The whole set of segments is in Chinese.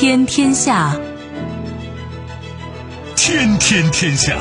天天下， 天天天下。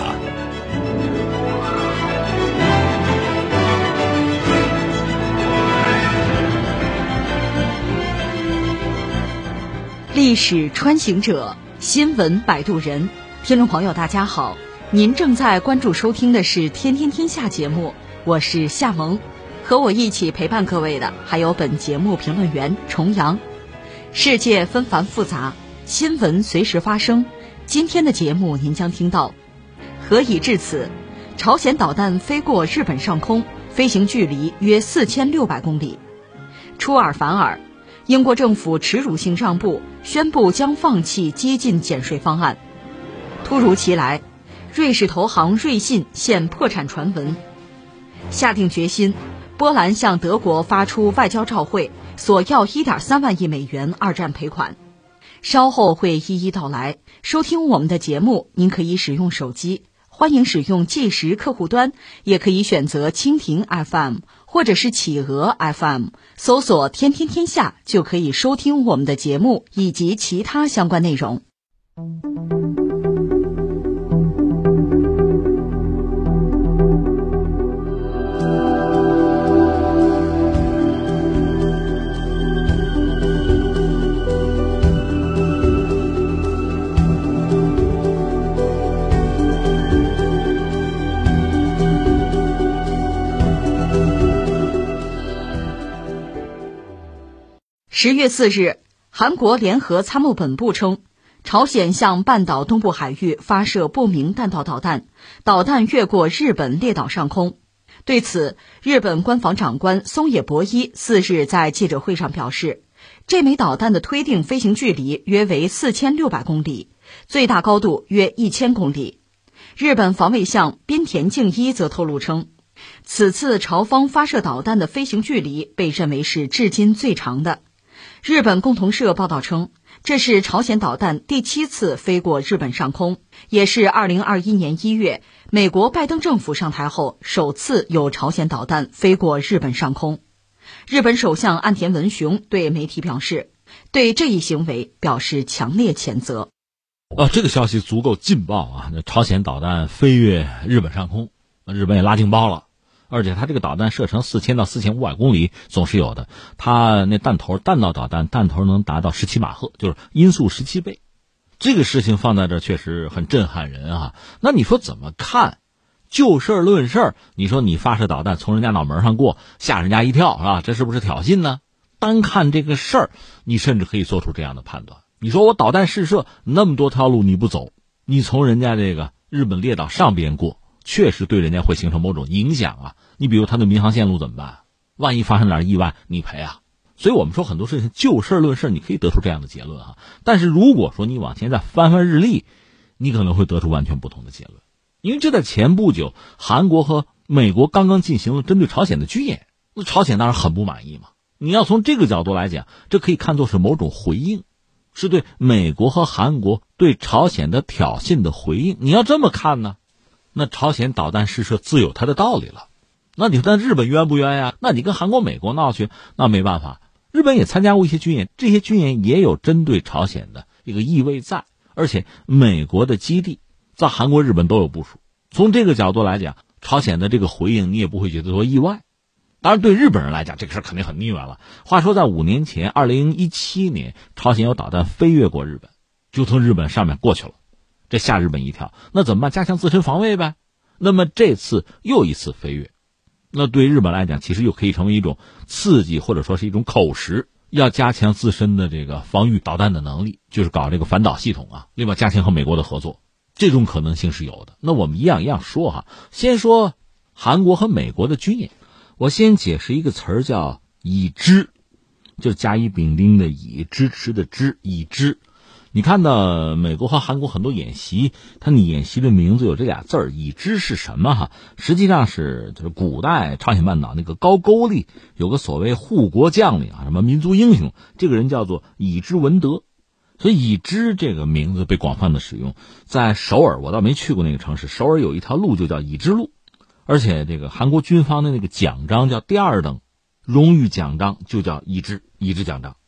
历史穿行者，新闻摆渡人。听众朋友大家好，您正在关注收听的是天天天下节目，我是夏萌，和我一起陪伴各位的还有本节目评论员重阳。世界纷繁复杂，新闻随时发生。今天的节目您将听到：何以至此？朝鲜导弹飞过日本上空，飞行距离约4600公里。出尔反尔，英国政府耻辱性让步，宣布将放弃激进减税方案。突如其来，瑞士投行瑞信现破产传闻。下定决心，波兰向德国发出外交照会，索要1.3万亿美元二战赔款。稍后会一一道来。收听我们的节目，您可以使用手机，欢迎使用即时客户端，也可以选择蜻蜓 FM 或者是企鹅 FM， 搜索天天天下就可以收听我们的节目以及其他相关内容。10月4日，韩国联合参谋本部称，朝鲜向半岛东部海域发射不明弹道导弹，导弹越过日本列岛上空。对此，日本官房长官松野博一4日在记者会上表示，这枚导弹的推定飞行距离约为4600公里，最大高度约1000公里。日本防卫相滨田敬一则透露称，此次朝方发射导弹的飞行距离被认为是至今最长的。日本共同社报道称，这是朝鲜导弹第7次飞过日本上空，也是2021年1月美国拜登政府上台后首次有朝鲜导弹飞过日本上空。日本首相岸田文雄对媒体表示，对这一行为表示强烈谴责。 这个消息足够劲爆啊！朝鲜导弹飞越日本上空，日本也拉警报了。而且它这个导弹射程4000到4500公里总是有的，它那弹道导弹弹头能达到17马赫，就是音速17倍。这个事情放在这确实很震撼人啊。那你说怎么看？就事论事，你说你发射导弹从人家脑门上过，吓人家一跳是吧？这是不是挑衅呢？单看这个事儿，你甚至可以做出这样的判断。你说我导弹试射那么多条路你不走，你从人家这个日本列岛上边过，确实对人家会形成某种影响啊。你比如他的民航线路怎么办？万一发生点意外，你赔啊。所以我们说很多事情就事论事，你可以得出这样的结论啊。但是如果说你往前再翻翻日历，你可能会得出完全不同的结论。因为就在前不久，韩国和美国刚刚进行了针对朝鲜的军演，那朝鲜当然很不满意嘛。你要从这个角度来讲，这可以看作是某种回应，是对美国和韩国对朝鲜的挑衅的回应。你要这么看呢，那朝鲜导弹试射自有它的道理了。那你说那日本冤不冤呀？那你跟韩国美国闹去，那没办法。日本也参加过一些军演，这些军演也有针对朝鲜的一个意味在，而且美国的基地在韩国日本都有部署。从这个角度来讲，朝鲜的这个回应你也不会觉得多意外。当然对日本人来讲，这个事肯定很腻歪了。话说在5年前2017年，朝鲜有导弹飞越过日本，就从日本上面过去了，这吓日本一跳。那怎么办？加强自身防卫呗。那么这次又一次飞越，那对日本来讲其实又可以成为一种刺激，或者说是一种口实，要加强自身的这个防御导弹的能力，就是搞这个反导系统啊，另外加强和美国的合作，这种可能性是有的。那我们一样一样说哈，先说韩国和美国的军演。我先解释一个词儿叫以支，就是甲乙丙丁的乙，支持的支，以支。你看到美国和韩国很多演习，它的演习的名字有这俩字儿，以支是什么哈？实际上就是古代朝鲜半岛那个高句丽有个所谓护国将领啊，什么民族英雄，这个人叫做以支文德。所以以支这个名字被广泛的使用。在首尔，我倒没去过那个城市，首尔有一条路就叫以支路，而且这个韩国军方的那个奖章叫第2等荣誉奖章，就叫以支奖章。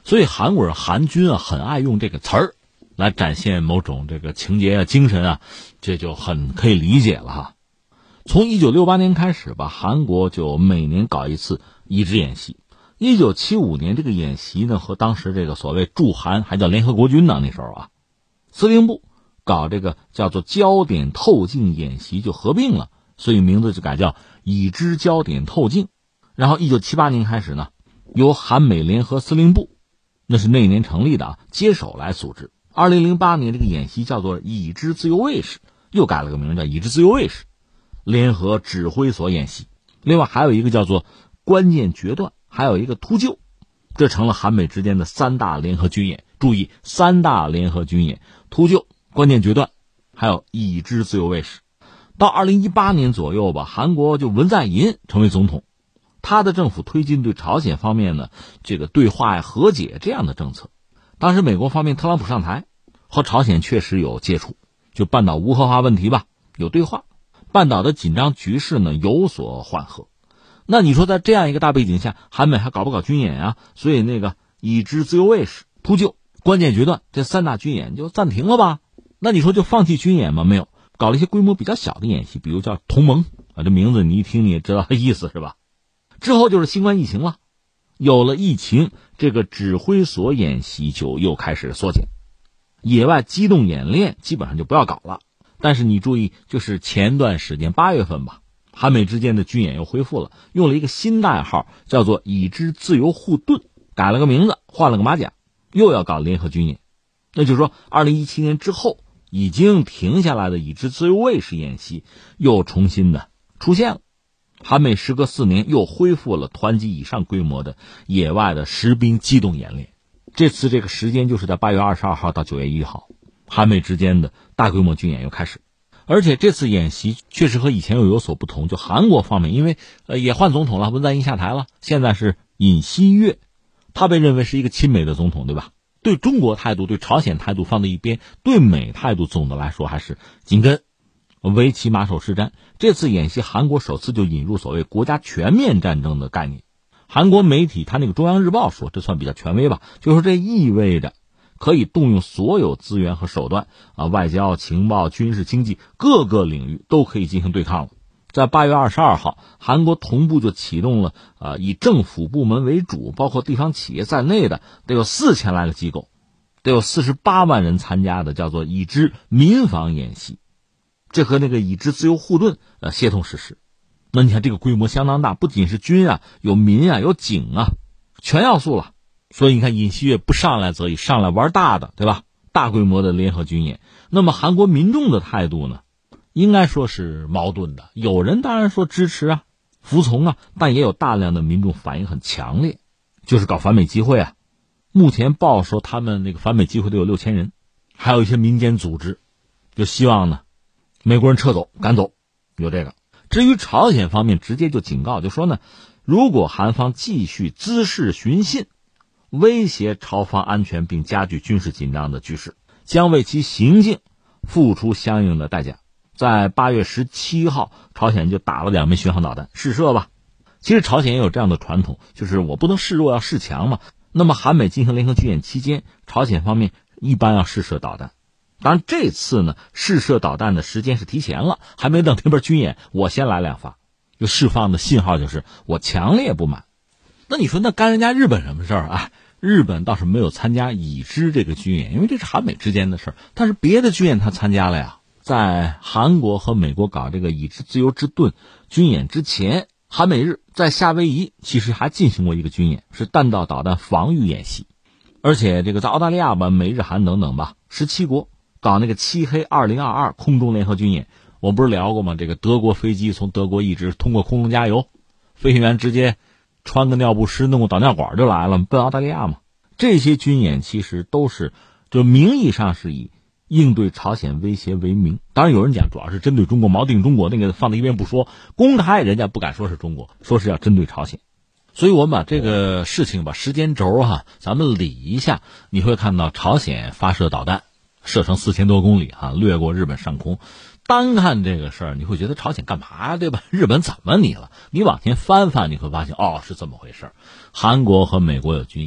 所以韩国人韩军啊很爱用这个词儿来展现某种这个情节啊精神啊，这就很可以理解了哈。从1968年开始吧，韩国就每年搞一次乙支演习。1975年这个演习呢，和当时这个所谓驻韩还叫联合国军呢，那时候啊，司令部搞这个叫做焦点透镜演习就合并了，所以名字就改叫乙支焦点透镜。然后1978年开始呢，由韩美联合司令部，那是那年成立的啊，接手来组织。2008年这个演习叫做乙支自由卫士，又改了个名叫乙支自由卫士联合指挥所演习。另外还有一个叫做关键决断，还有一个突救，这成了韩美之间的3大联合军演。注意，3大联合军演：突救、关键决断，还有乙支自由卫士。到2018年左右吧，韩国就文在寅成为总统，他的政府推进对朝鲜方面呢这个对话呀、和解这样的政策。当时美国方面特朗普上台，和朝鲜确实有接触，就半岛无核化问题吧，有对话，半岛的紧张局势呢有所缓和。那你说在这样一个大背景下，韩美还搞不搞军演啊？所以那个乙支自由卫士、突救、关键决断这3大军演就暂停了吧？那你说就放弃军演吗？没有，搞了一些规模比较小的演习，比如叫同盟啊，这名字你一听你也知道意思是吧？之后就是新冠疫情了，有了疫情，这个指挥所演习就又开始缩减，野外机动演练基本上就不要搞了。但是你注意，就是前段时间8月份吧，韩美之间的军演又恢复了，用了一个新代号，叫做乙支自由护盾，改了个名字，换了个马甲，又要搞联合军演。那就是说2017年之后已经停下来的乙支自由卫士演习又重新的出现了。韩美时隔4年又恢复了团级以上规模的野外的实兵机动演练。这次这个时间就是在8月22号到9月1号，韩美之间的大规模军演又开始。而且这次演习确实和以前又有所不同，就韩国方面因为也换总统了，文在寅下台了，现在是尹锡悦，他被认为是一个亲美的总统，对吧？对中国态度、对朝鲜态度放在一边，对美态度总的来说还是紧跟，围棋马首是瞻。这次演习韩国首次就引入所谓国家全面战争的概念。韩国媒体他那个中央日报说，这算比较权威吧，就是说这意味着可以动用所有资源和手段啊，外交、情报、军事、经济各个领域都可以进行对抗了。在8月22号，韩国同步就启动了以政府部门为主，包括地方企业在内的得有4000来个机构，得有48万人参加的叫做乙支民防演习，这和那个乙支自由护盾协同实施。那你看这个规模相当大，不仅是军啊，有民啊，有警啊，全要素了。所以你看尹锡悦不上来则已，上来玩大的，对吧？大规模的联合军演。那么韩国民众的态度呢，应该说是矛盾的。有人当然说支持啊，服从啊，但也有大量的民众反应很强烈，就是搞反美集会啊。目前报说他们那个反美集会都有6000人，还有一些民间组织就希望呢美国人撤走赶走，有这个。至于朝鲜方面直接就警告，就说呢，如果韩方继续滋事寻衅，威胁朝方安全并加剧军事紧张的局势，将为其行径付出相应的代价。在8月17号，朝鲜就打了2枚巡航导弹试射吧。其实朝鲜也有这样的传统，就是我不能示弱要示强嘛。那么韩美进行联合军演期间，朝鲜方面一般要试射导弹。当然这次呢，试射导弹的时间是提前了，还没等这边军演，我先来2发，就释放的信号就是我强烈不满。那你说那干人家日本什么事儿啊？日本倒是没有参加乙支这个军演，因为这是韩美之间的事儿，但是别的军演他参加了呀。在韩国和美国搞这个乙支自由之盾军演之前，韩美日在夏威夷其实还进行过一个军演，是弹道导弹防御演习。而且这个在澳大利亚吧、美日韩等等吧，17国搞那个漆黑2022空中联合军演。我不是聊过吗？这个德国飞机从德国一直通过空中加油，飞行员直接穿个尿不湿弄个导尿管就来了，奔澳大利亚嘛。这些军演其实都是就名义上是以应对朝鲜威胁为名，当然有人讲主要是针对中国，锚定中国，那个放在一边不说，公开人家不敢说是中国，说是要针对朝鲜。所以我们把这个事情把时间轴咱们理一下，你会看到朝鲜发射导弹射程4000多公里掠过日本上空。单看这个事儿，你会觉得朝鲜干嘛呀，对吧？日本怎么你了？你往前翻翻，你会发现是这么回事。韩国和美国有军演，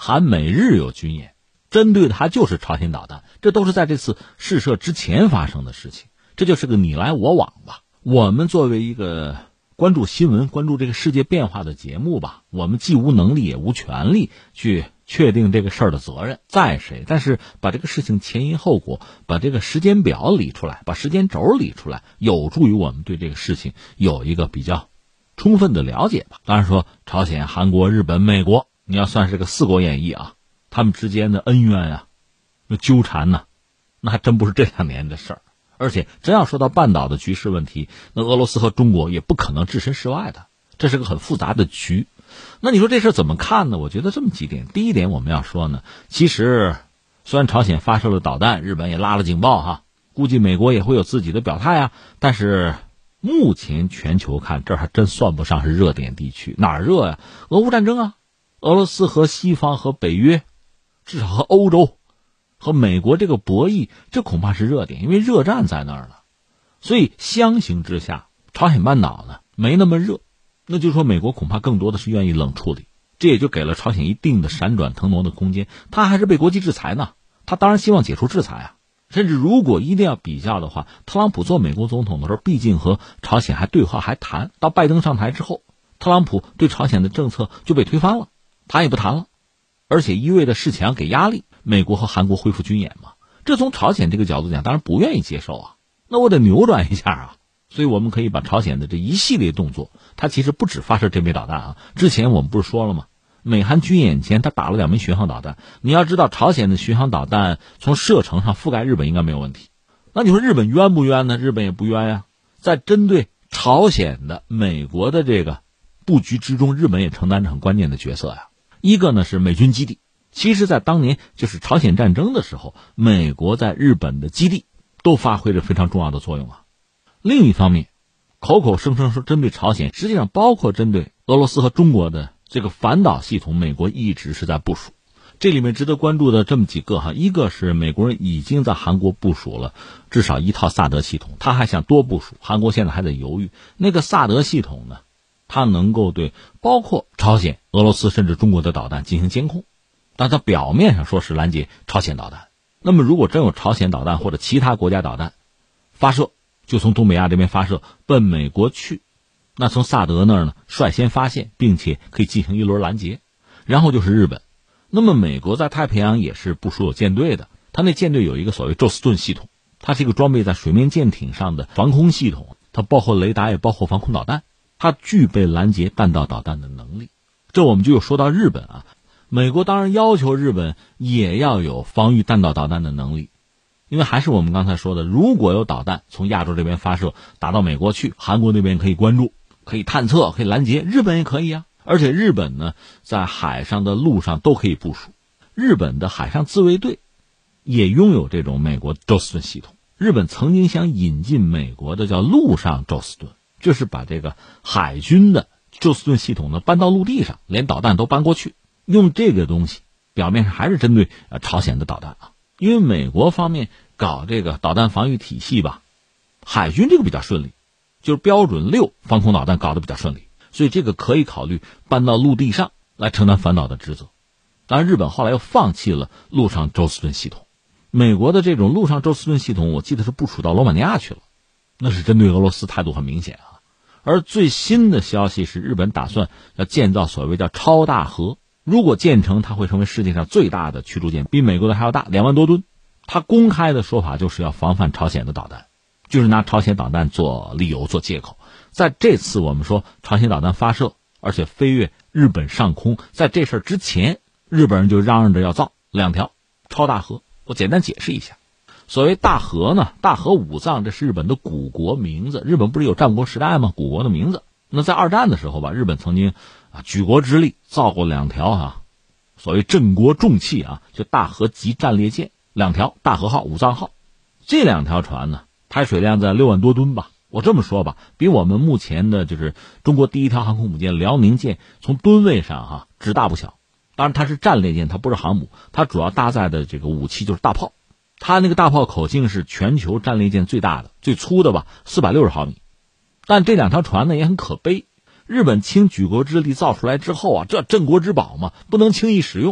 韩美日有军演，针对的还就是朝鲜导弹，这都是在这次试射之前发生的事情，这就是个你来我往吧。我们作为一个关注新闻、关注这个世界变化的节目吧，我们既无能力也无权利去确定这个事儿的责任在谁，但是把这个事情前因后果，把这个时间表理出来，把时间轴理出来，有助于我们对这个事情有一个比较充分的了解吧。当然说朝鲜、韩国、日本、美国，你要算是个四国演义啊，他们之间的恩怨啊、纠缠呢，那还真不是这2年的事儿。而且真要说到半岛的局势问题，那俄罗斯和中国也不可能置身事外的，这是个很复杂的局。那你说这事怎么看呢？我觉得这么几点。第一点我们要说呢，其实虽然朝鲜发射了导弹，日本也拉了警报哈，估计美国也会有自己的表态啊，但是目前全球看，这还真算不上是热点地区。哪儿热呀？俄乌战争啊，俄罗斯和西方和北约，至少和欧洲和美国这个博弈，这恐怕是热点，因为热战在那儿了。所以相形之下，朝鲜半岛呢没那么热，那就是说美国恐怕更多的是愿意冷处理，这也就给了朝鲜一定的闪转腾挪的空间。他还是被国际制裁呢，他当然希望解除制裁啊。甚至如果一定要比较的话，特朗普做美国总统的时候，毕竟和朝鲜还对话还谈，到拜登上台之后，特朗普对朝鲜的政策就被推翻了，他也不谈了，而且一味的示强给压力，美国和韩国恢复军演嘛，这从朝鲜这个角度讲当然不愿意接受啊，那我得扭转一下啊。所以我们可以把朝鲜的这一系列动作，它其实不止发射这枚导弹啊，之前我们不是说了吗？美韩军演前他打了2枚巡航导弹，你要知道朝鲜的巡航导弹从射程上覆盖日本应该没有问题，那你说日本冤不冤呢？日本也不冤呀。在针对朝鲜的美国的这个布局之中，日本也承担着很关键的角色呀。一个呢是美军基地，其实在当年就是朝鲜战争的时候，美国在日本的基地都发挥着非常重要的作用啊。另一方面，口口声声说针对朝鲜，实际上包括针对俄罗斯和中国的这个反导系统，美国一直是在部署。这里面值得关注的这么几个哈，一个是美国人已经在韩国部署了至少1套萨德系统，他还想多部署，韩国现在还在犹豫。那个萨德系统呢，它能够对包括朝鲜、俄罗斯甚至中国的导弹进行监控，但它表面上说是拦截朝鲜导弹。那么如果真有朝鲜导弹或者其他国家导弹发射，就从东北亚这边发射奔美国去，那从萨德那儿呢率先发现，并且可以进行一轮拦截。然后就是日本，那么美国在太平洋也是部署有舰队的，它那舰队有一个所谓宙斯盾系统，它是一个装备在水面舰艇上的防空系统，它包括雷达也包括防空导弹，它具备拦截弹道导弹的能力。这我们就又说到日本啊，美国当然要求日本也要有防御弹道导弹的能力，因为还是我们刚才说的，如果有导弹从亚洲这边发射打到美国去，韩国那边可以关注，可以探测，可以拦截，日本也可以啊。而且日本呢，在海上的陆上都可以部署，日本的海上自卫队也拥有这种美国宙斯盾系统。日本曾经想引进美国的叫陆上宙斯盾，就是把这个海军的宙斯盾系统呢搬到陆地上，连导弹都搬过去，用这个东西表面上还是针对朝鲜的导弹啊。因为美国方面搞这个导弹防御体系吧，海军这个比较顺利，就是标准6防空导弹搞得比较顺利，所以这个可以考虑搬到陆地上来承担反导的职责。当然日本后来又放弃了陆上宙斯盾系统，美国的这种陆上宙斯盾系统我记得是部署到罗马尼亚去了，那是针对俄罗斯态度很明显啊。而最新的消息是日本打算要建造所谓叫超大核，如果建成，它会成为世界上最大的驱逐舰，比美国的还要大2万多吨。它公开的说法就是要防范朝鲜的导弹，就是拿朝鲜导弹做理由做借口。在这次我们说朝鲜导弹发射而且飞越日本上空，在这事儿之前，日本人就嚷嚷着要造2条超大核。我简单解释一下，所谓大核呢，大和武藏这是日本的古国名字，日本不是有战国时代吗？古国的名字。那在2战的时候吧，日本曾经举国之力造过2条所谓镇国重器就大和级战列舰2条，大和号、武藏号。这2条船呢，排水量在6万多吨吧。我这么说吧，比我们目前的就是中国第1条航空母舰辽宁舰从吨位上只大不小。当然它是战列舰，它不是航母，它主要搭载的这个武器就是大炮。它那个大炮口径是全球战列舰最大的、最粗的吧，460毫米。但这2条船呢也很可悲，日本倾举国之力造出来之后这镇国之宝嘛，不能轻易使用。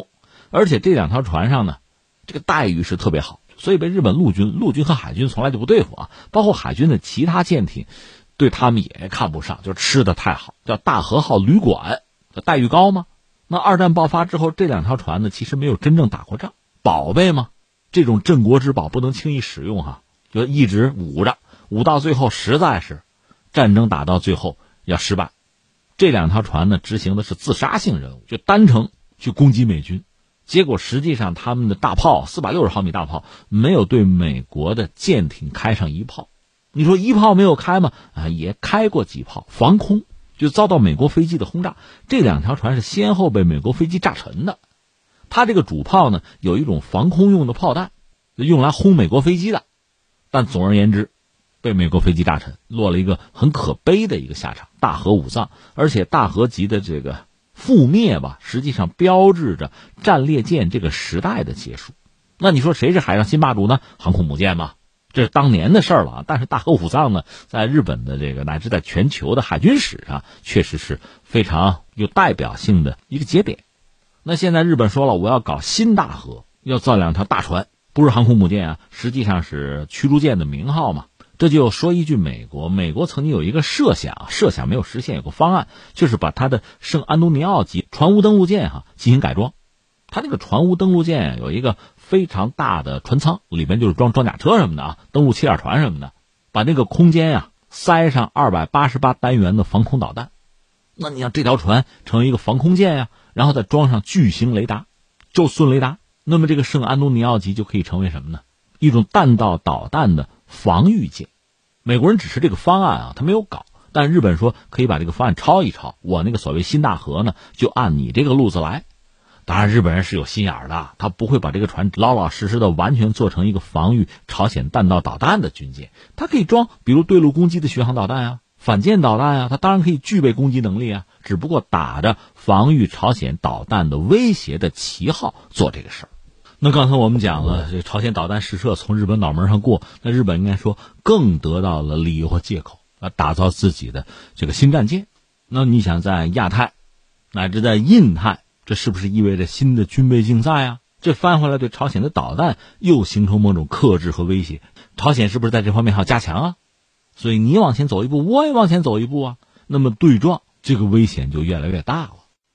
而且这2条船上呢，这个待遇是特别好，所以被日本陆军和海军从来就不对付啊，包括海军的其他舰艇对他们也看不上，就吃的太好，叫大和号旅馆，待遇高吗？那二战爆发之后，这2条船呢其实没有真正打过仗，宝贝嘛，这种镇国之宝不能轻易使用哈，就一直捂着，捂到最后实在是战争打到最后要失败。这2条船呢执行的是自杀性任务，就单程去攻击美军，结果实际上他们的大炮460毫米大炮没有对美国的舰艇开上一炮。你说一炮没有开吗？也开过几炮，防空就遭到美国飞机的轰炸。这2条船是先后被美国飞机炸沉的。它这个主炮呢有一种防空用的炮弹，用来轰美国飞机的，但总而言之被美国飞机炸沉，落了一个很可悲的一个下场，大和武藏。而且大和级的这个覆灭吧，实际上标志着战列舰这个时代的结束。那你说谁是海上新霸主呢？航空母舰嘛，这是当年的事儿了。但是大和武藏呢，在日本的这个乃至在全球的海军史上，确实是非常有代表性的一个节点。那现在日本说了，我要搞新大和，要造2条大船，不是航空母舰啊，实际上是驱逐舰的名号嘛。这就说一句美国曾经有一个设想没有实现，有个方案，就是把它的圣安东尼奥级船坞登陆舰进行改装。它这个船坞登陆舰有一个非常大的船舱，里面就是装甲车什么的啊，登陆气垫船什么的，把那个空间塞上288单元的防空导弹。那你让这条船成为一个防空舰然后再装上巨型雷达，宙斯雷达，那么这个圣安东尼奥级就可以成为什么呢？一种弹道导弹的防御舰。美国人只是这个方案他没有搞，但日本说可以把这个方案抄一抄，我那个所谓新大和呢就按你这个路子来。当然日本人是有心眼的，他不会把这个船老老实实的完全做成一个防御朝鲜弹道导弹的军舰，它可以装比如对陆攻击的巡航导弹反舰导弹它当然可以具备攻击能力只不过打着防御朝鲜导弹的威胁的旗号做这个事儿。那刚才我们讲了，这朝鲜导弹试射从日本脑门上过，那日本应该说更得到了理由和借口打造自己的这个新战舰。那你想在亚太乃至在印太，这是不是意味着新的军备竞赛这翻回来对朝鲜的导弹又形成某种克制和威胁，朝鲜是不是在这方面还要加强所以你往前走一步，我也往前走一步那么对撞这个危险就越来越大了。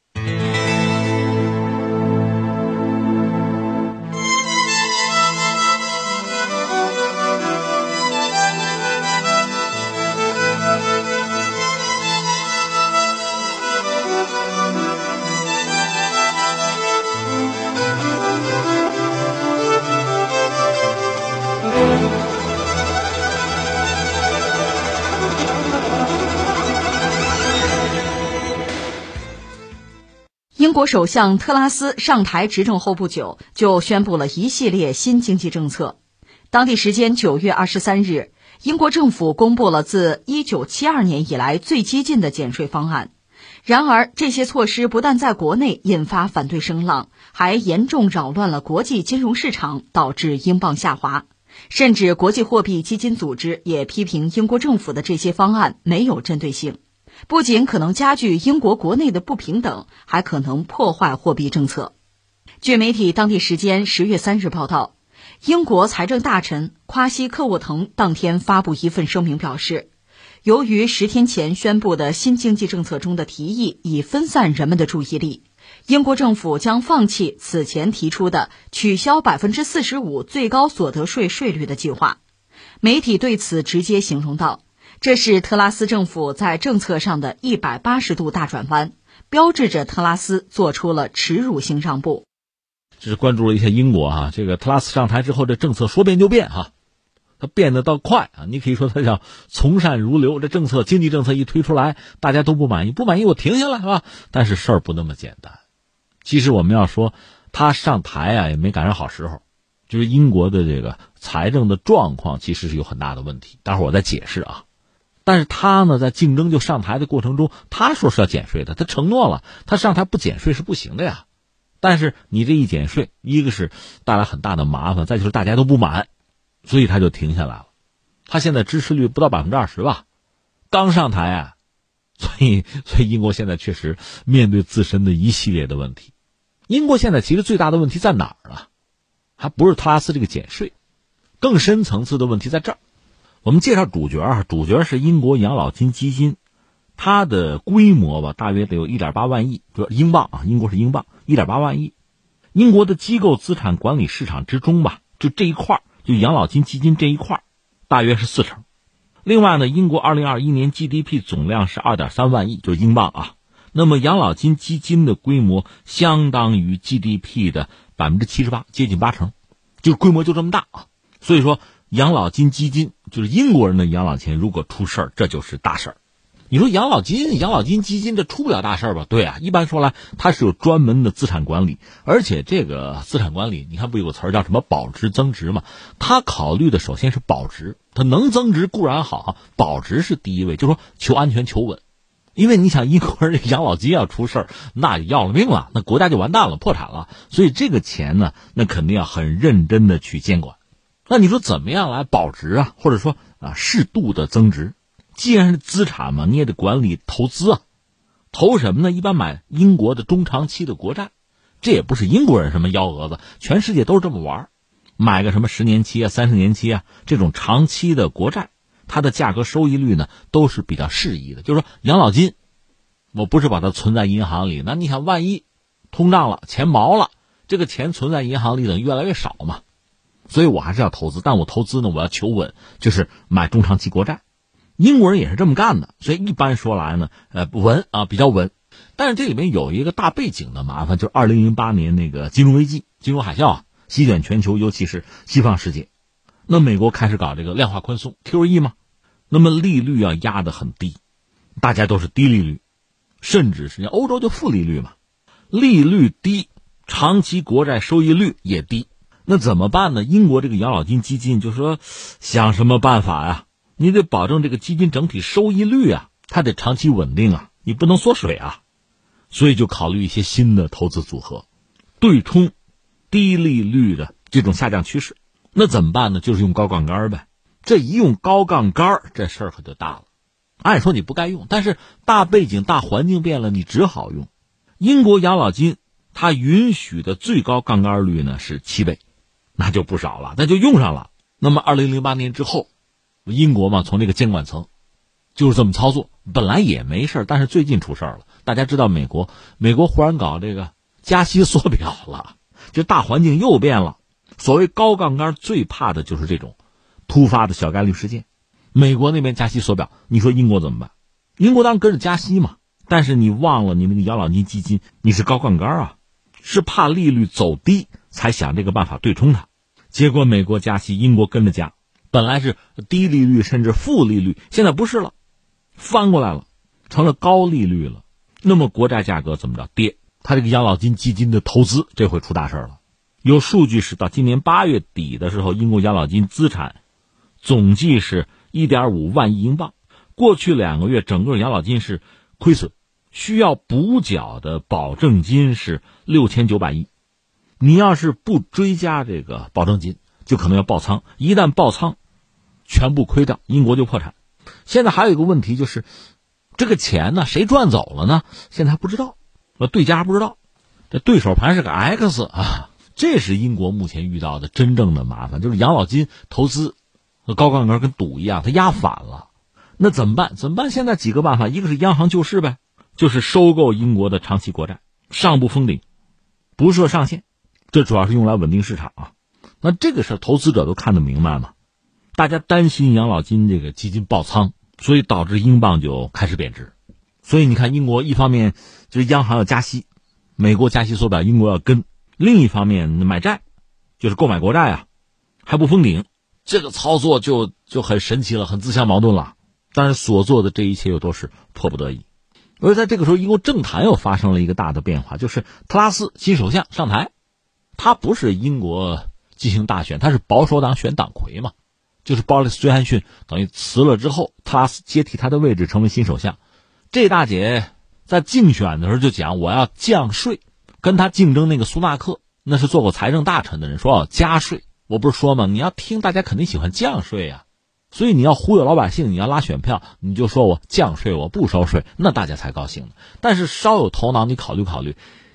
英国首相特拉斯上台执政后不久，就宣布了一系列新经济政策。当地时间9月23日，英国政府公布了自1972年以来最激进的减税方案。然而，这些措施不但在国内引发反对声浪，还严重扰乱了国际金融市场，导致英镑下滑。甚至国际货币基金组织也批评英国政府的这些方案没有针对性，不仅可能加剧英国国内的不平等，还可能破坏货币政策。据媒体当地时间10月3日报道，英国财政大臣夸西克沃滕当天发布一份声明表示，由于10天前宣布的新经济政策中的提议已分散人们的注意力，英国政府将放弃此前提出的取消 45% 最高所得税税率的计划。媒体对此直接形容道，这是特拉斯政府在政策上的180度大转弯，标志着特拉斯做出了耻辱性让步。 这是关注了一下英国这个特拉斯上台之后，这政策说变就变它变得倒快你可以说它叫从善如流。这政策经济政策一推出来，大家都不满意我停下来是吧？但是事儿不那么简单。其实我们要说他上台也没赶上好时候，就是英国的这个财政的状况其实是有很大的问题，待会儿我再解释但是他呢，在竞争就上台的过程中，他说是要减税的，他承诺了，他上台不减税是不行的呀。但是你这一减税，一个是带来很大的麻烦，再就是大家都不满，所以他就停下来了。他现在支持率不到 20% 吧，刚上台所以英国现在确实面对自身的一系列的问题。 英国现在其实最大的问题在哪儿啊？还不是特拉斯这个减税，更深层次的问题在这儿。我们介绍主角啊，主角是英国养老金基金，它的规模吧，大约得有 1.8 万亿，就是英镑啊，英国是英镑 1.8 万亿。英国的机构资产管理市场之中吧，就这一块，就养老金基金这一块，大约是40%。另外呢，英国2021年 GDP 总量是 2.3 万亿，就是英镑啊。那么养老金基金的规模相当于 GDP 的 78%， 接近80%，就规模就这么大啊。所以说养老金基金就是英国人的养老钱，如果出事儿，这就是大事儿。你说养老金基金这出不了大事儿吧？对啊，一般说来它是有专门的资产管理，而且这个资产管理，你看不有个词儿叫什么保值增值嘛？它考虑的首先是保值，它能增值固然好，保值是第一位，就是说求安全求稳。因为你想英国人这个养老金要出事儿，那就要了命了，那国家就完蛋了，破产了。所以这个钱呢，那肯定要很认真的去监管。那你说怎么样来保值啊？或者说适度的增值？既然是资产嘛，你也得管理投资啊。投什么呢？一般买英国的中长期的国债，这也不是英国人什么幺蛾子，全世界都是这么玩。买个什么10年期啊、30年期啊这种长期的国债，它的价格收益率呢都是比较适宜的。就是说养老金，我不是把它存在银行里，那你想万一通胀了，钱毛了，这个钱存在银行里等于越来越少嘛。所以我还是要投资，但我投资呢，我要求稳，就是买中长期国债。英国人也是这么干的，所以一般说来呢，稳啊，比较稳。但是这里面有一个大背景的麻烦，就是2008年那个金融危机、金融海啸啊，席卷全球，尤其是西方世界。那美国开始搞这个量化宽松 QE 嘛，那么利率要压得很低，大家都是低利率，甚至是欧洲就负利率嘛，利率低，长期国债收益率也低。那怎么办呢？英国这个养老金基金就说想什么办法呀？你得保证这个基金整体收益率啊，它得长期稳定啊，你不能缩水啊。所以就考虑一些新的投资组合，对冲低利率的这种下降趋势。那怎么办呢？就是用高杠杆呗。这一用高杠杆，这事儿可就大了。按说你不该用，但是大背景、大环境变了，你只好用。英国养老金它允许的最高杠杆率呢是7倍，那就不少了，那就用上了。那么2008年之后，英国嘛，从这个监管层就是这么操作，本来也没事，但是最近出事了。大家知道美国忽然搞这个加息缩表了，就大环境又变了。所谓高杠杆最怕的就是这种突发的小概率事件。美国那边加息缩表，你说英国怎么办？英国当然跟着加息嘛，但是你忘了你那个养老金基金你是高杠杆啊，是怕利率走低才想这个办法对冲它。结果美国加息，英国跟着加，本来是低利率甚至负利率，现在不是了，翻过来了，成了高利率了。那么国债价格怎么着？跌。它这个养老金基金的投资这回出大事了。有数据是到今年8月底的时候，英国养老金资产总计是 1.5 万亿英镑。过去2个月整个养老金是亏损，需要补缴的保证金是6900亿。你要是不追加这个保证金，就可能要爆仓，一旦爆仓全部亏掉，英国就破产。现在还有一个问题，就是这个钱呢谁赚走了呢？现在还不知道，对家还不知道，这对手盘是个 X 啊。这是英国目前遇到的真正的麻烦，就是养老金投资和高杠杆跟赌一样，它压反了。那怎么办？现在几个办法，一个是央行救市呗，就是收购英国的长期国债，上不封顶，不设上限，这主要是用来稳定市场啊。那这个事儿投资者都看得明白嘛，大家担心养老金这个基金爆仓，所以导致英镑就开始贬值。所以你看英国一方面就是央行要加息，美国加息缩表，英国要跟，另一方面买债就是购买国债啊，还不封顶，这个操作就很神奇了，很自相矛盾了。但是所做的这一切又都是迫不得已。而在这个时候，英国政坛又发生了一个大的变化，就是特拉斯新首相上台。他不是英国进行大选，他是保守党选党魁嘛，就是鲍里斯·约翰逊等于辞了之后，特拉斯接替他的位置成为新首相。这大姐在竞选的时候就讲我要降税，跟他竞争那个苏纳克，那是做过财政大臣的人，说要加税。我不是说吗？你要听大家肯定喜欢降税啊，所以你要忽悠老百姓，你要拉选票，你就说我降税，我不收税，那大家才高兴。但是稍有头脑，你考虑考虑，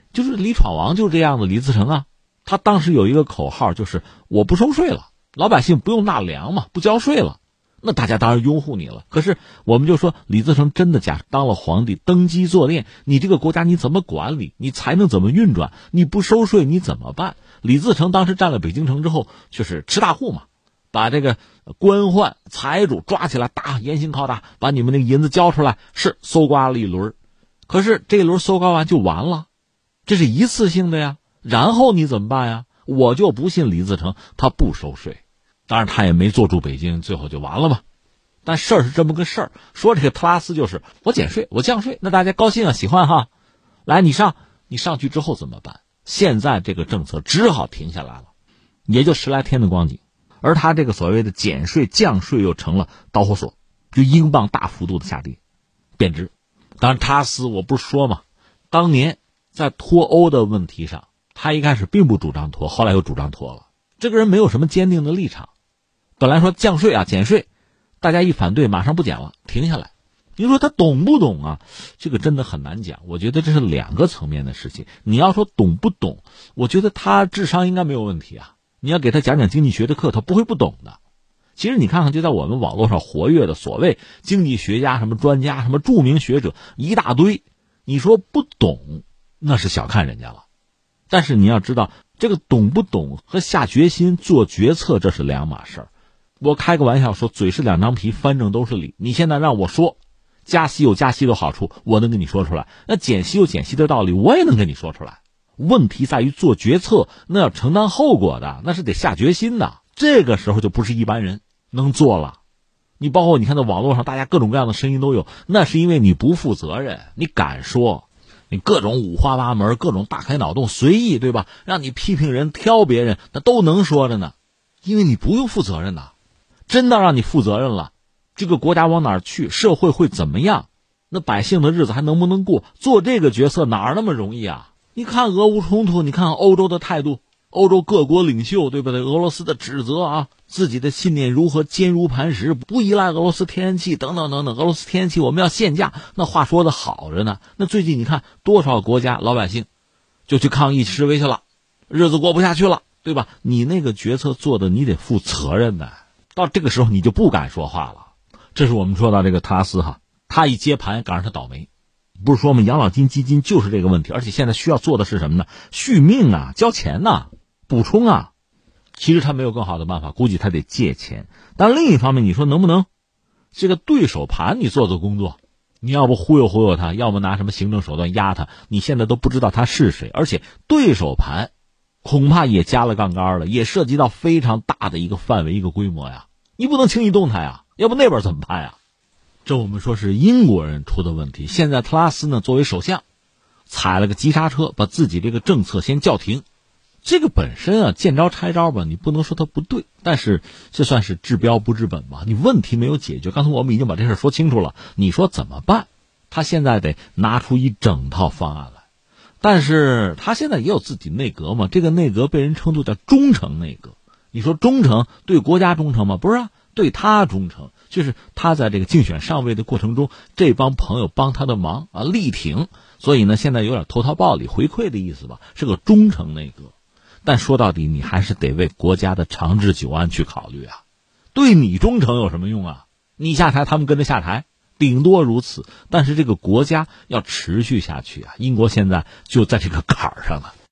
就是李闯王就是这样的，李自成啊，他当时有一个口号，就是我不收税了，老百姓不用纳粮嘛，不交税了，那大家当然拥护你了。可是我们就说李自成真的假当了皇帝，登基坐殿，你这个国家你怎么管理，你才能怎么运转，你不收税你怎么办？李自成当时占了北京城之后，就是吃大户嘛，把这个官宦财主抓起来打，严刑拷打，把你们那个银子交出来，是搜刮了一轮。可是这一轮搜刮完就完了，这是一次性的呀，然后你怎么办呀？我就不信李自成他不收税，当然他也没做住北京，最后就完了嘛。但事儿是这么个事儿，说这个特拉斯就是我减税我降税，那大家高兴啊，喜欢哈。来你上去之后怎么办？现在这个政策只好停下来了，也就10来天的光景。而他这个所谓的减税降税又成了导火索，就英镑大幅度的下跌贬值。当然特拉斯我不是说嘛，当年在脱欧的问题上，他一开始并不主张脱，后来又主张脱了。这个人没有什么坚定的立场，本来说降税啊减税，大家一反对马上不减了，停下来。你说他懂不懂啊？这个真的很难讲，我觉得这是2个层面的事情。你要说懂不懂，我觉得他智商应该没有问题啊，你要给他讲经济学的课，他不会不懂的。其实你看看，就在我们网络上活跃的所谓经济学家、什么专家、什么著名学者一大堆，你说不懂，那是小看人家了。但是你要知道，这个懂不懂和下决心做决策，这是2码事儿。我开个玩笑说，嘴是2张皮，反正都是理。你现在让我说加息有加息的好处，我能跟你说出来，那减息有减息的道理，我也能跟你说出来。问题在于做决策，那要承担后果的，那是得下决心的。这个时候就不是一般人能做了。你包括你看到网络上大家各种各样的声音都有，那是因为你不负责任，你敢说，你各种五花八门，各种大开脑洞，随意，对吧？让你批评人挑别人，那都能说着呢，因为你不用负责任呐。真的让你负责任了，这个国家往哪儿去，社会会怎么样，那百姓的日子还能不能过，做这个角色哪儿那么容易啊？你看俄乌冲突，你看欧洲的态度，欧洲各国领袖，对不对？俄罗斯的指责啊，自己的信念如何坚如磐石，不依赖俄罗斯天然气等等等等。俄罗斯天然气我们要限价，那话说的好着呢。那最近你看多少国家老百姓就去抗议示威去了，日子过不下去了，对吧？你那个决策做的你得负责任的，到这个时候你就不敢说话了。这是我们说到这个特拉斯哈，他一接盘赶上他倒霉。不是说我们养老金基金就是这个问题，而且现在需要做的是什么呢？续命啊，交钱呐，补充啊。其实他没有更好的办法，估计他得借钱。但另一方面，你说能不能这个对手盘你做做工作？你要不忽悠忽悠他，要么拿什么行政手段压他，你现在都不知道他是谁。而且对手盘恐怕也加了杠杆了，也涉及到非常大的一个范围一个规模呀，你不能轻易动他呀，要不那边怎么办呀？这我们说是英国人出的问题。现在特拉斯呢作为首相踩了个急刹车，把自己这个政策先叫停。这个本身啊见招拆招吧，你不能说它不对，但是这算是治标不治本吧，你问题没有解决。刚才我们已经把这事说清楚了，你说怎么办？他现在得拿出一整套方案来。但是他现在也有自己内阁嘛，这个内阁被人称作叫忠诚内阁。你说忠诚对国家忠诚吗？不是啊，对他忠诚，就是他在这个竞选上位的过程中，这帮朋友帮他的忙啊，力挺，所以呢现在有点投桃报李回馈的意思吧，是个忠诚内阁。但说到底你还是得为国家的长治久安去考虑啊。对你忠诚有什么用啊？你下台他们跟着下台，顶多如此。但是这个国家要持续下去啊，英国现在就在这个坎儿上了。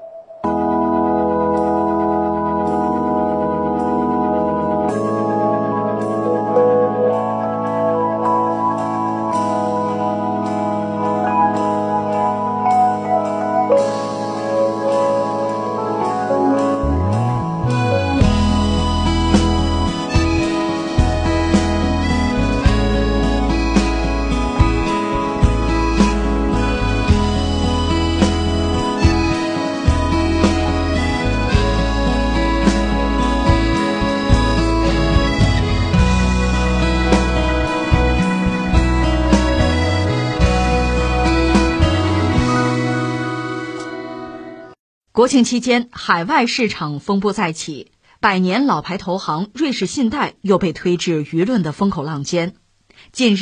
国庆期间，海外市场风波再起，百年老牌投行瑞士信贷又被推至舆论的风口浪尖。近日，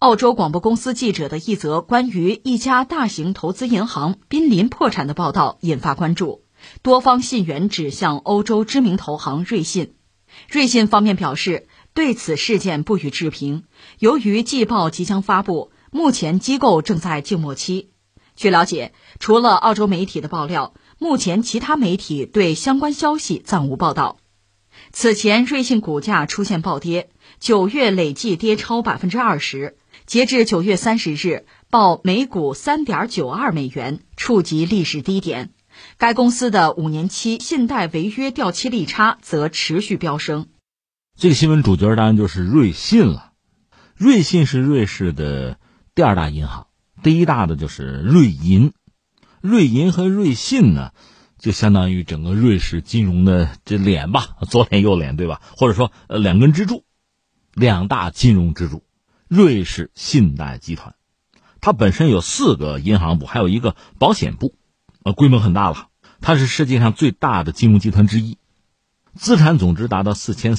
澳洲广播公司记者的一则关于一家大型投资银行濒临破产的报道引发关注，多方信源指向欧洲知名投行瑞信。瑞信方面表示，对此事件不予置评，由于季报即将发布，目前机构正在静默期。据了解，除了澳洲媒体的爆料，目前其他媒体对相关消息暂无报道。此前瑞信股价出现暴跌，9月累计跌超 20%， 截至9月30日报每股 3.92 美元，触及历史低点。该公司的5年期信贷违约掉期利差则持续飙升。 这个新闻主角当然就是瑞信了。瑞信是瑞士的第二大银行，第一大的就是瑞银。瑞银和瑞信呢，就相当于整个瑞士金融的这脸吧，左脸右脸，对吧？或者说两根支柱，两大金融支柱。瑞士信贷集团，它本身有4个银行部，还有一个保险部，规模很大了。它是世界上最大的金融集团之一，资产总值达到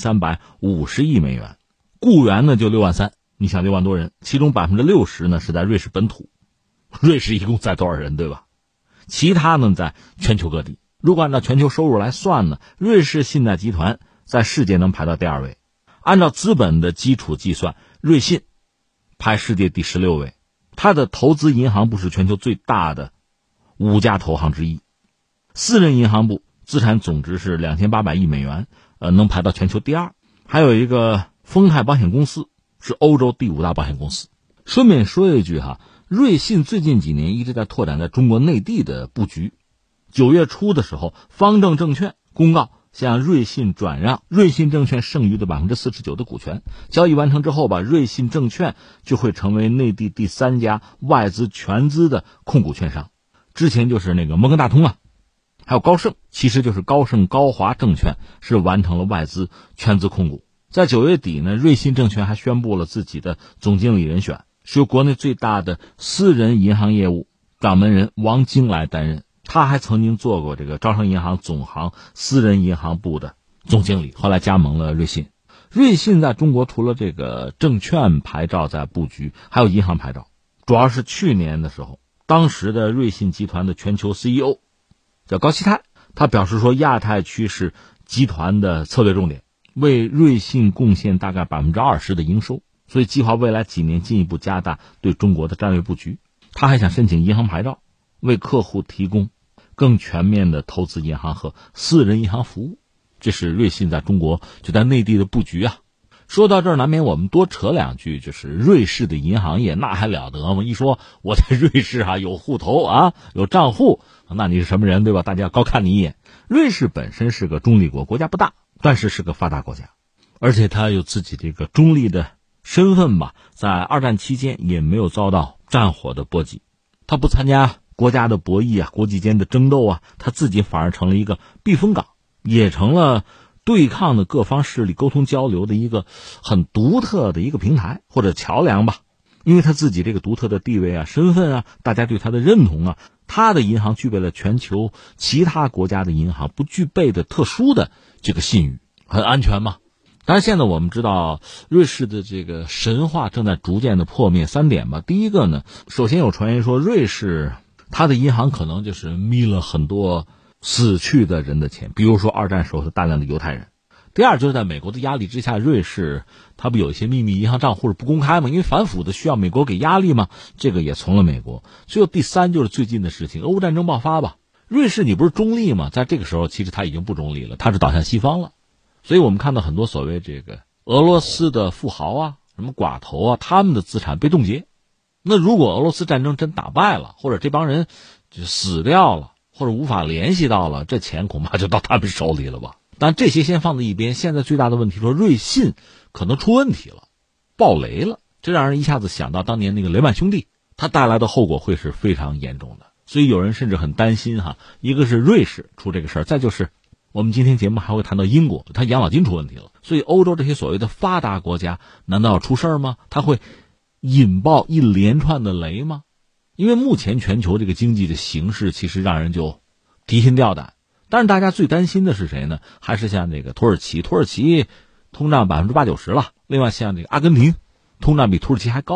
4350亿美元，雇员呢就6万3，你想6万多人，其中60%呢是在瑞士本土。瑞士一共在多少人，对吧？其他呢在全球各地。如果按照全球收入来算呢，瑞士信贷集团在世界能排到第2位。按照资本的基础计算，瑞信排世界第16位。它的投资银行部是全球最大的5家投行之一。私人银行部资产总值是2800亿美元，能排到全球第2。还有一个丰泰保险公司是欧洲第5大保险公司。顺便说一句哈，瑞信最近几年一直在拓展在中国内地的布局。9月初的时候，方正证券公告向瑞信转让瑞信证券剩余的 49% 的股权，交易完成之后吧，瑞信证券就会成为内地第3家外资全资的控股券商。之前就是那个摩根大通啊，还有高盛，其实就是高盛高华证券是完成了外资全资控股。在9月底呢，瑞信证券还宣布了自己的总经理人选，是由国内最大的私人银行业务掌门人王晶来担任。他还曾经做过这个招商银行总行私人银行部的总经理，后来加盟了瑞信。瑞信在中国除了这个证券牌照在布局，还有银行牌照。主要是去年的时候，当时的瑞信集团的全球 CEO 叫高希泰，他表示说亚太区是集团的策略重点，为瑞信贡献大概 20% 的营收，所以计划未来几年进一步加大对中国的战略布局。他还想申请银行牌照，为客户提供更全面的投资银行和私人银行服务。这是瑞信在中国就在内地的布局啊。说到这儿，难免我们多扯两句，就是瑞士的银行业那还了得吗？一说我在瑞士啊有户头啊有账户，那你是什么人，对吧？大家高看你一眼。瑞士本身是个中立国，国家不大，但是是个发达国家，而且它有自己这个中立的身份吧，在2战期间也没有遭到战火的波及，它不参加国家的博弈啊，国际间的争斗啊，它自己反而成了一个避风港，也成了对抗的各方势力沟通交流的一个很独特的一个平台或者桥梁吧。因为他自己这个独特的地位啊、身份啊，大家对他的认同啊，他的银行具备了全球其他国家的银行不具备的特殊的这个信誉，很安全嘛。当然现在我们知道瑞士的这个神话正在逐渐的破灭，3点吧。第一个呢，首先有传言说瑞士它的银行可能就是眯了很多死去的人的钱，比如说2战时候的大量的犹太人。第二就是在美国的压力之下，瑞士它不有一些秘密银行账户是不公开吗？因为反腐的需要美国给压力嘛，这个也从了美国。最后第3就是最近的事情，俄乌战争爆发吧，瑞士你不是中立吗？在这个时候其实它已经不中立了，它是倒向西方了。所以我们看到很多所谓这个俄罗斯的富豪啊，什么寡头啊，他们的资产被冻结。那如果俄罗斯战争真打败了，或者这帮人就死掉了，或者无法联系到了，这钱恐怕就到他们手里了吧。但这些先放在一边，现在最大的问题说瑞信可能出问题了，爆雷了，这让人一下子想到当年那个雷曼兄弟，它带来的后果会是非常严重的。所以有人甚至很担心哈，一个是瑞士出这个事儿，再就是我们今天节目还会谈到英国，它养老金出问题了。所以欧洲这些所谓的发达国家难道要出事儿吗？它会引爆一连串的雷吗？因为目前全球这个经济的形势其实让人就提心吊胆。但是大家最担心的是谁呢？还是像这个土耳其通胀8%-90%了。另外像这个阿根廷，通胀比土耳其还高。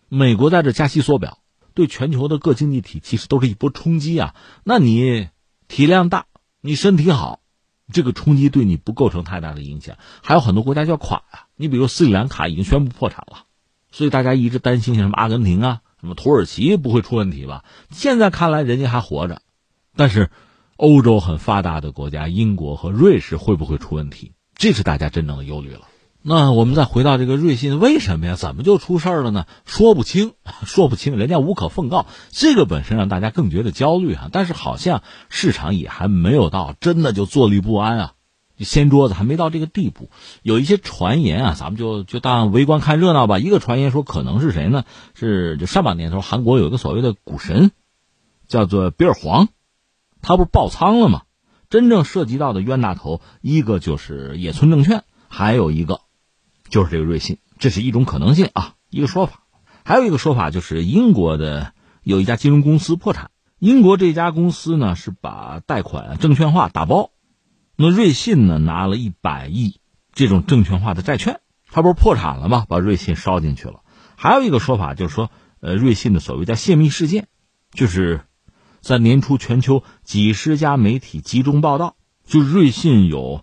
美国在这加息缩表，对全球的各经济体其实都是一波冲击啊。那你体量大，你身体好，这个冲击对你不构成太大的影响。还有很多国家就要垮啊，你比如斯里兰卡已经宣布破产了，所以大家一直担心什么阿根廷啊、什么土耳其不会出问题吧？现在看来人家还活着，但是欧洲很发达的国家英国和瑞士会不会出问题？这是大家真正的忧虑了。那我们再回到这个瑞信，为什么呀？怎么就出事了呢？说不清，人家无可奉告，这个本身让大家更觉得焦虑啊。但是好像市场也还没有到真的就坐立不安啊，掀桌子还没到这个地步。有一些传言啊，咱们就当围观看热闹吧。一个传言说可能是谁呢？就上半年的时候，韩国有一个所谓的股神，叫做比尔黄，他不是爆仓了吗？真正涉及到的冤大头，一个就是野村证券，还有一个就是这个瑞信，这是一种可能性啊，一个说法。还有一个说法就是英国的有一家金融公司破产，英国这家公司呢是把贷款证券化打包，那瑞信呢拿了100亿这种证券化的债券，它不是破产了吗？把瑞信烧进去了。还有一个说法就是说，瑞信的所谓叫泄密事件，就是在年初全球几十家媒体集中报道，就瑞信有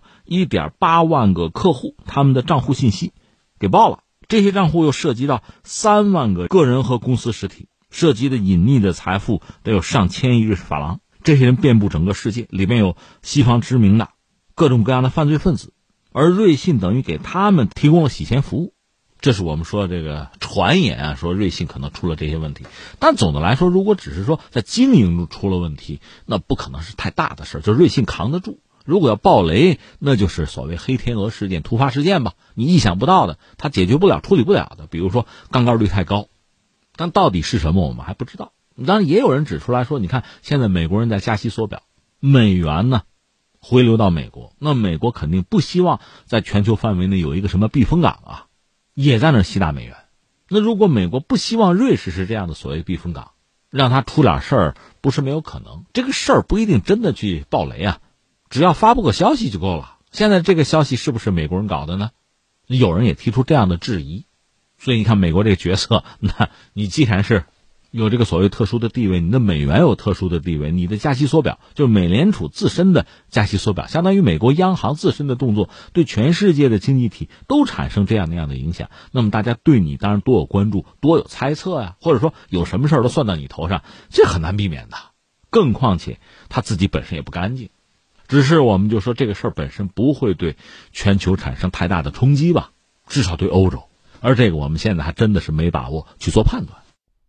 1.8万个客户，他们的账户信息给爆了，这些账户又涉及到3万个个人和公司实体，涉及的隐匿的财富得有上千亿瑞士法郎，这些人遍布整个世界，里面有西方知名的各种各样的犯罪分子，而瑞信等于给他们提供了洗钱服务。这是我们说这个传言啊，说瑞信可能出了这些问题。但总的来说，如果只是说在经营中出了问题，那不可能是太大的事，就瑞信扛得住。如果要爆雷，那就是所谓黑天鹅事件、突发事件吧，你意想不到的，它解决不了、处理不了的，比如说杠杆率太高，但到底是什么我们还不知道。当然也有人指出来说，你看现在美国人在加息缩表，美元呢回流到美国，那美国肯定不希望在全球范围内有一个什么避风港啊，也在那吸纳美元。那如果美国不希望瑞士是这样的所谓避风港，让它出点事儿不是没有可能。这个事儿不一定真的去爆雷啊，只要发布个消息就够了。现在这个消息是不是美国人搞的呢？有人也提出这样的质疑。所以你看美国这个角色，那你既然是有这个所谓特殊的地位，你的美元有特殊的地位，你的加息缩表就是美联储自身的加息缩表，相当于美国央行自身的动作对全世界的经济体都产生这样那样的影响。那么大家对你当然多有关注，多有猜测呀，或者说有什么事儿都算到你头上，这很难避免的。更况且他自己本身也不干净，只是我们就说这个事儿本身不会对全球产生太大的冲击吧，至少对欧洲。而这个我们现在还真的是没把握去做判断。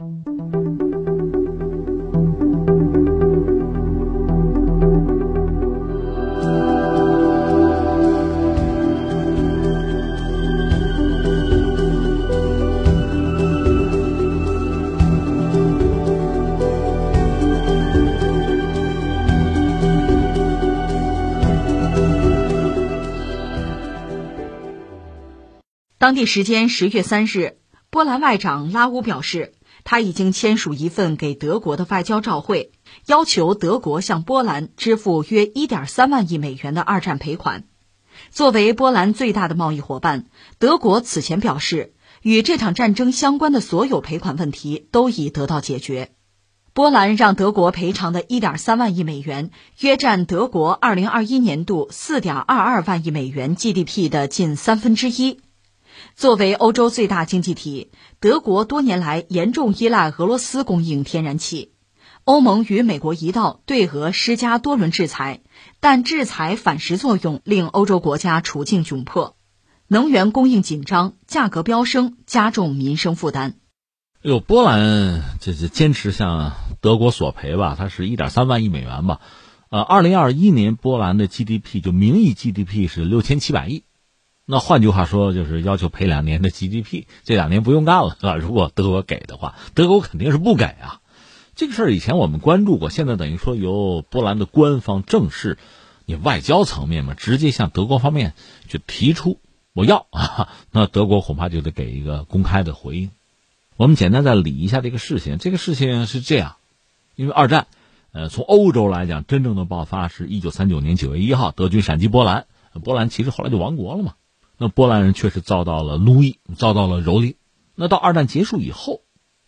当地时间10月3日，波兰外长拉乌表示，他已经签署一份给德国的外交照会，要求德国向波兰支付约 1.3 万亿美元的二战赔款。作为波兰最大的贸易伙伴，德国此前表示，与这场战争相关的所有赔款问题都已得到解决。波兰让德国赔偿的 1.3 万亿美元，约占德国2021年度 4.22 万亿美元 GDP 的近1/3。作为欧洲最大经济体，德国多年来严重依赖俄罗斯供应天然气。欧盟与美国一道对俄施加多轮制裁，但制裁反噬作用令欧洲国家处境窘迫，能源供应紧张，价格飙升，加重民生负担。 波兰这坚持向德国索赔吧，它是 1.3 万亿美元吧。2021年波兰的 GDP 就名义 GDP 是6700亿。那换句话说，就是要求赔2年的 GDP， 这2年不用干了，是吧？如果德国给的话，德国肯定是不给啊。这个事儿以前我们关注过，现在等于说由波兰的官方正式，你外交层面嘛，直接向德国方面就提出我要啊，那德国恐怕就得给一个公开的回应。我们简单再理一下这个事情。这个事情是这样，因为二战，从欧洲来讲，真正的爆发是1939年9月1号，德军闪击波兰，波兰其实后来就亡国了嘛。那波兰人确实遭到了奴役，遭到了蹂躏。那到二战结束以后，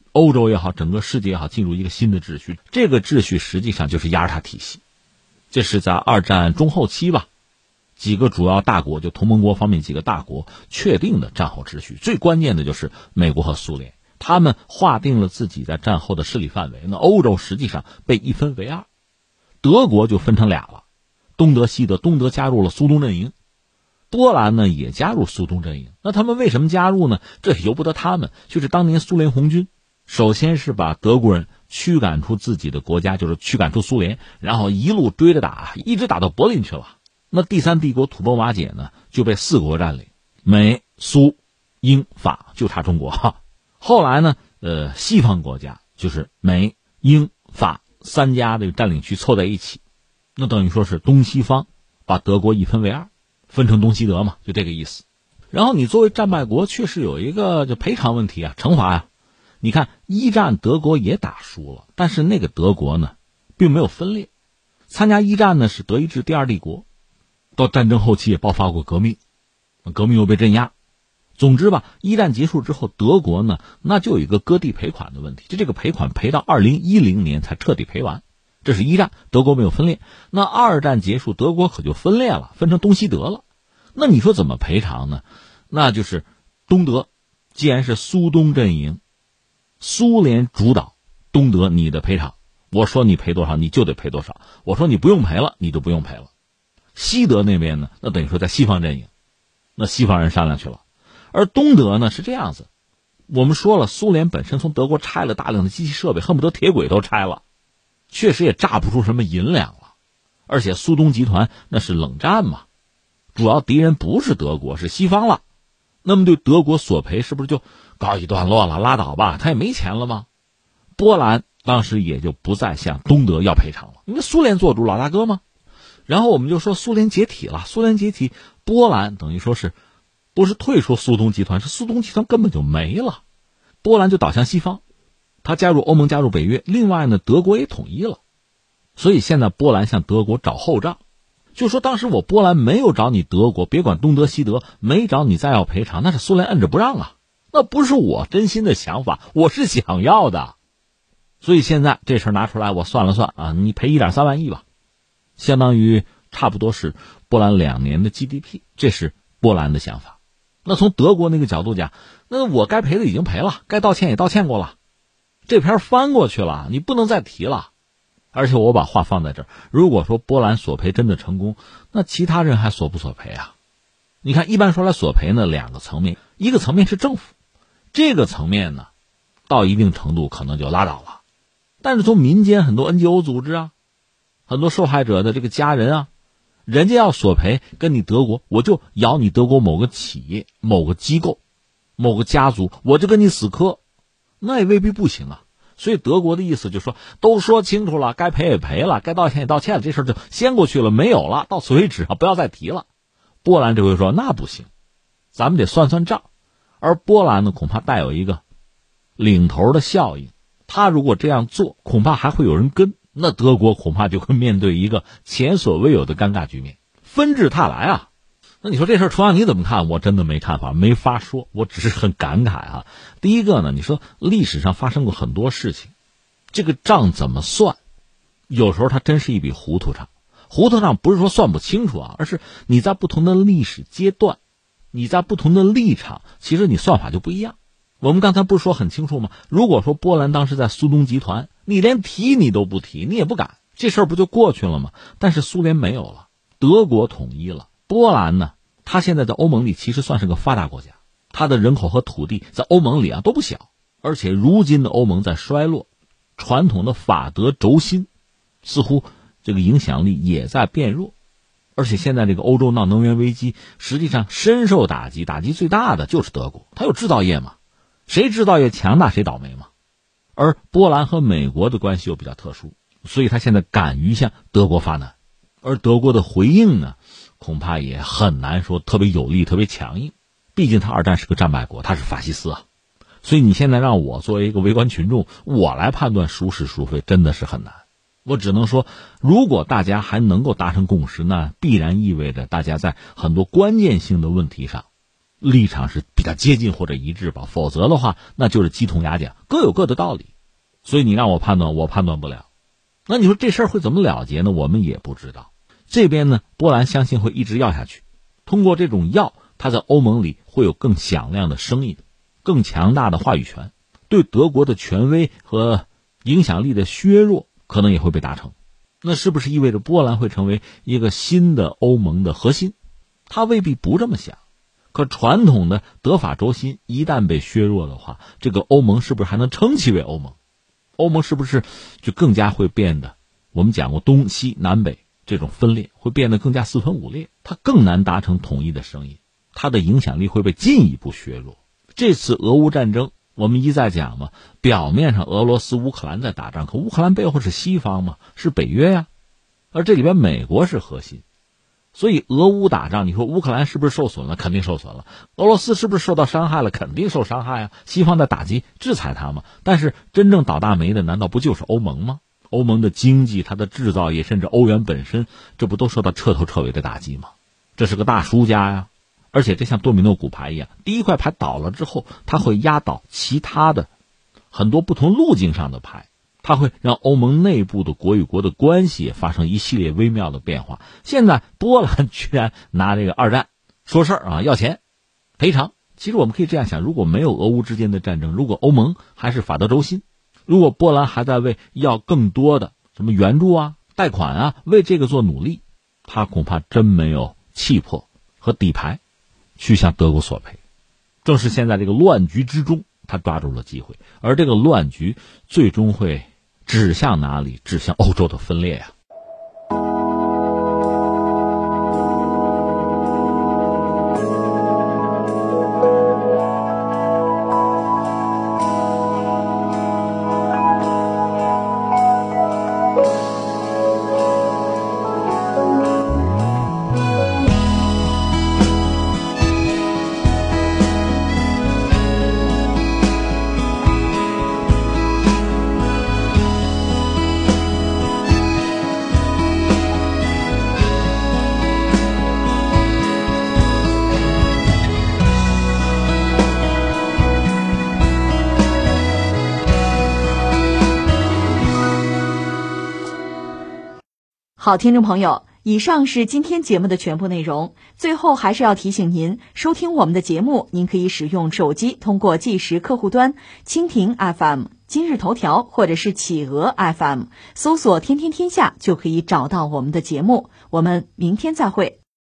欧洲也好，整个世界也好，进入一个新的秩序。这个秩序实际上就是雅尔塔体系，这是在二战中后期吧，几个主要大国，就同盟国方面几个大国确定的战后秩序。最关键的就是美国和苏联，他们划定了自己在战后的势力范围。那欧洲实际上被一分为二，德国就分成俩了，东德西德，东德加入了苏东阵营，波兰呢也加入苏东阵营。那他们为什么加入呢？这也由不得他们，就是当年苏联红军首先是把德国人驱赶出自己的国家，就是驱赶出苏联，然后一路追着打，一直打到柏林去了。那第三帝国土崩瓦解呢，就被4国占领，美苏英法，就差中国。后来呢西方国家就是美英法3家这个占领区凑在一起，那等于说是东西方把德国一分为二，分成东西德嘛，就这个意思。然后你作为战败国确实有一个就赔偿问题啊，惩罚呀。你看一战德国也打输了，但是那个德国呢并没有分裂。参加一战呢是德意志第2帝国，到战争后期也爆发过革命，革命又被镇压。总之吧，一战结束之后，德国呢那就有一个割地赔款的问题，就这个赔款赔到2010年才彻底赔完。这是一战，德国没有分裂。那二战结束，德国可就分裂了，分成东西德了。那你说怎么赔偿呢？那就是东德既然是苏东阵营，苏联主导，东德你的赔偿，我说你赔多少你就得赔多少，我说你不用赔了你就不用赔了。西德那边呢，那等于说在西方阵营，那西方人商量去了。而东德呢是这样子，我们说了，苏联本身从德国拆了大量的机器设备，恨不得铁轨都拆了，确实也榨不出什么银两了。而且苏东集团那是冷战嘛，主要敌人不是德国是西方了，那么对德国索赔是不是就告一段落了，拉倒吧，他也没钱了吗？波兰当时也就不再向东德要赔偿了，因为苏联做主老大哥嘛。然后我们就说苏联解体了，苏联解体，波兰等于说是不是退出苏东集团，是苏东集团根本就没了，波兰就倒向西方，他加入欧盟，加入北约。另外呢，德国也统一了，所以现在波兰向德国找后账，就说当时我波兰没有找你德国，别管东德西德，没找你再要赔偿，那是苏联摁着不让啊，那不是我真心的想法，我是想要的。所以现在这事儿拿出来，我算了算啊，你赔1.3万亿吧，相当于差不多是波兰2年的 GDP， 这是波兰的想法。那从德国那个角度讲，那我该赔的已经赔了，该道歉也道歉过了，这篇翻过去了，你不能再提了。而且我把话放在这儿，如果说波兰索赔真的成功，那其他人还索不索赔啊？你看一般说来索赔呢2个层面，一个层面是政府，这个层面呢到一定程度可能就拉倒了。但是从民间很多 NGO 组织啊，很多受害者的这个家人啊，人家要索赔，跟你德国，我就咬你德国某个企业、某个机构、某个家族，我就跟你死磕，那也未必不行啊。所以德国的意思就是说，都说清楚了，该赔也赔了，该道歉也道歉了，这事儿就先过去了，没有了，到此为止啊，不要再提了。波兰这回说那不行，咱们得算算账。而波兰呢，恐怕带有一个领头的效应，他如果这样做，恐怕还会有人跟，那德国恐怕就会面对一个前所未有的尴尬局面，纷至沓来啊。那你说这事儿楚阳你怎么看？我真的没看法，没法说，我只是很感慨啊。第一个呢，你说历史上发生过很多事情，这个账怎么算，有时候它真是一笔糊涂账。糊涂账不是说算不清楚啊，而是你在不同的历史阶段，你在不同的立场，其实你算法就不一样。我们刚才不是说很清楚吗？如果说波兰当时在苏东集团，你连提你都不提，你也不敢，这事儿不就过去了吗？但是苏联没有了，德国统一了，波兰呢，它现在在欧盟里其实算是个发达国家，它的人口和土地在欧盟里啊都不小，而且如今的欧盟在衰落，传统的法德轴心似乎这个影响力也在变弱。而且现在这个欧洲闹能源危机，实际上深受打击，打击最大的就是德国，它有制造业嘛，谁制造业强大谁倒霉嘛。而波兰和美国的关系又比较特殊，所以他现在敢于向德国发难，而德国的回应呢，恐怕也很难说特别有力特别强硬，毕竟他二战是个战败国，他是法西斯啊。所以你现在让我作为一个围观群众，我来判断孰是孰非真的是很难。我只能说，如果大家还能够达成共识，那必然意味着大家在很多关键性的问题上立场是比较接近或者一致吧，否则的话那就是鸡同鸭讲，各有各的道理。所以你让我判断，我判断不了。那你说这事儿会怎么了结呢？我们也不知道。这边呢，波兰相信会一直要下去，通过这种要，他在欧盟里会有更响亮的声音，更强大的话语权，对德国的权威和影响力的削弱可能也会被达成。那是不是意味着波兰会成为一个新的欧盟的核心？他未必不这么想。可传统的德法轴心一旦被削弱的话，这个欧盟是不是还能称其为欧盟？欧盟是不是就更加会变得，我们讲过东西南北这种分裂会变得更加四分五裂，它更难达成统一的声音，它的影响力会被进一步削弱。这次俄乌战争我们一再讲嘛，表面上俄罗斯乌克兰在打仗，可乌克兰背后是西方嘛，是北约呀，而这里边美国是核心。所以俄乌打仗，你说乌克兰是不是受损了？肯定受损了。俄罗斯是不是受到伤害了？肯定受伤害啊！西方在打击制裁他嘛。但是真正倒大霉的难道不就是欧盟吗？欧盟的经济、它的制造业，甚至欧元本身，这不都受到彻头彻尾的打击吗？这是个大输家呀。而且这像多米诺骨牌一样，第一块牌倒了之后，它会压倒其他的很多不同路径上的牌，它会让欧盟内部的国与国的关系也发生一系列微妙的变化。现在波兰居然拿这个二战说事儿啊，要钱赔偿。其实我们可以这样想，如果没有俄乌之间的战争，如果欧盟还是法德轴心，如果波兰还在为要更多的什么援助啊、贷款啊，为这个做努力，他恐怕真没有气魄和底牌去向德国索赔。正是现在这个乱局之中，他抓住了机会，而这个乱局最终会指向哪里？指向欧洲的分裂呀。 好，听众朋友，以上是今天节目的全部内容。最后还是要提醒您，收听我们的节目，您可以使用手机通过即时客户端蜻蜓 FM、今日头条或者是企鹅 FM 搜索天天天下，就可以找到我们的节目。我们明天再会。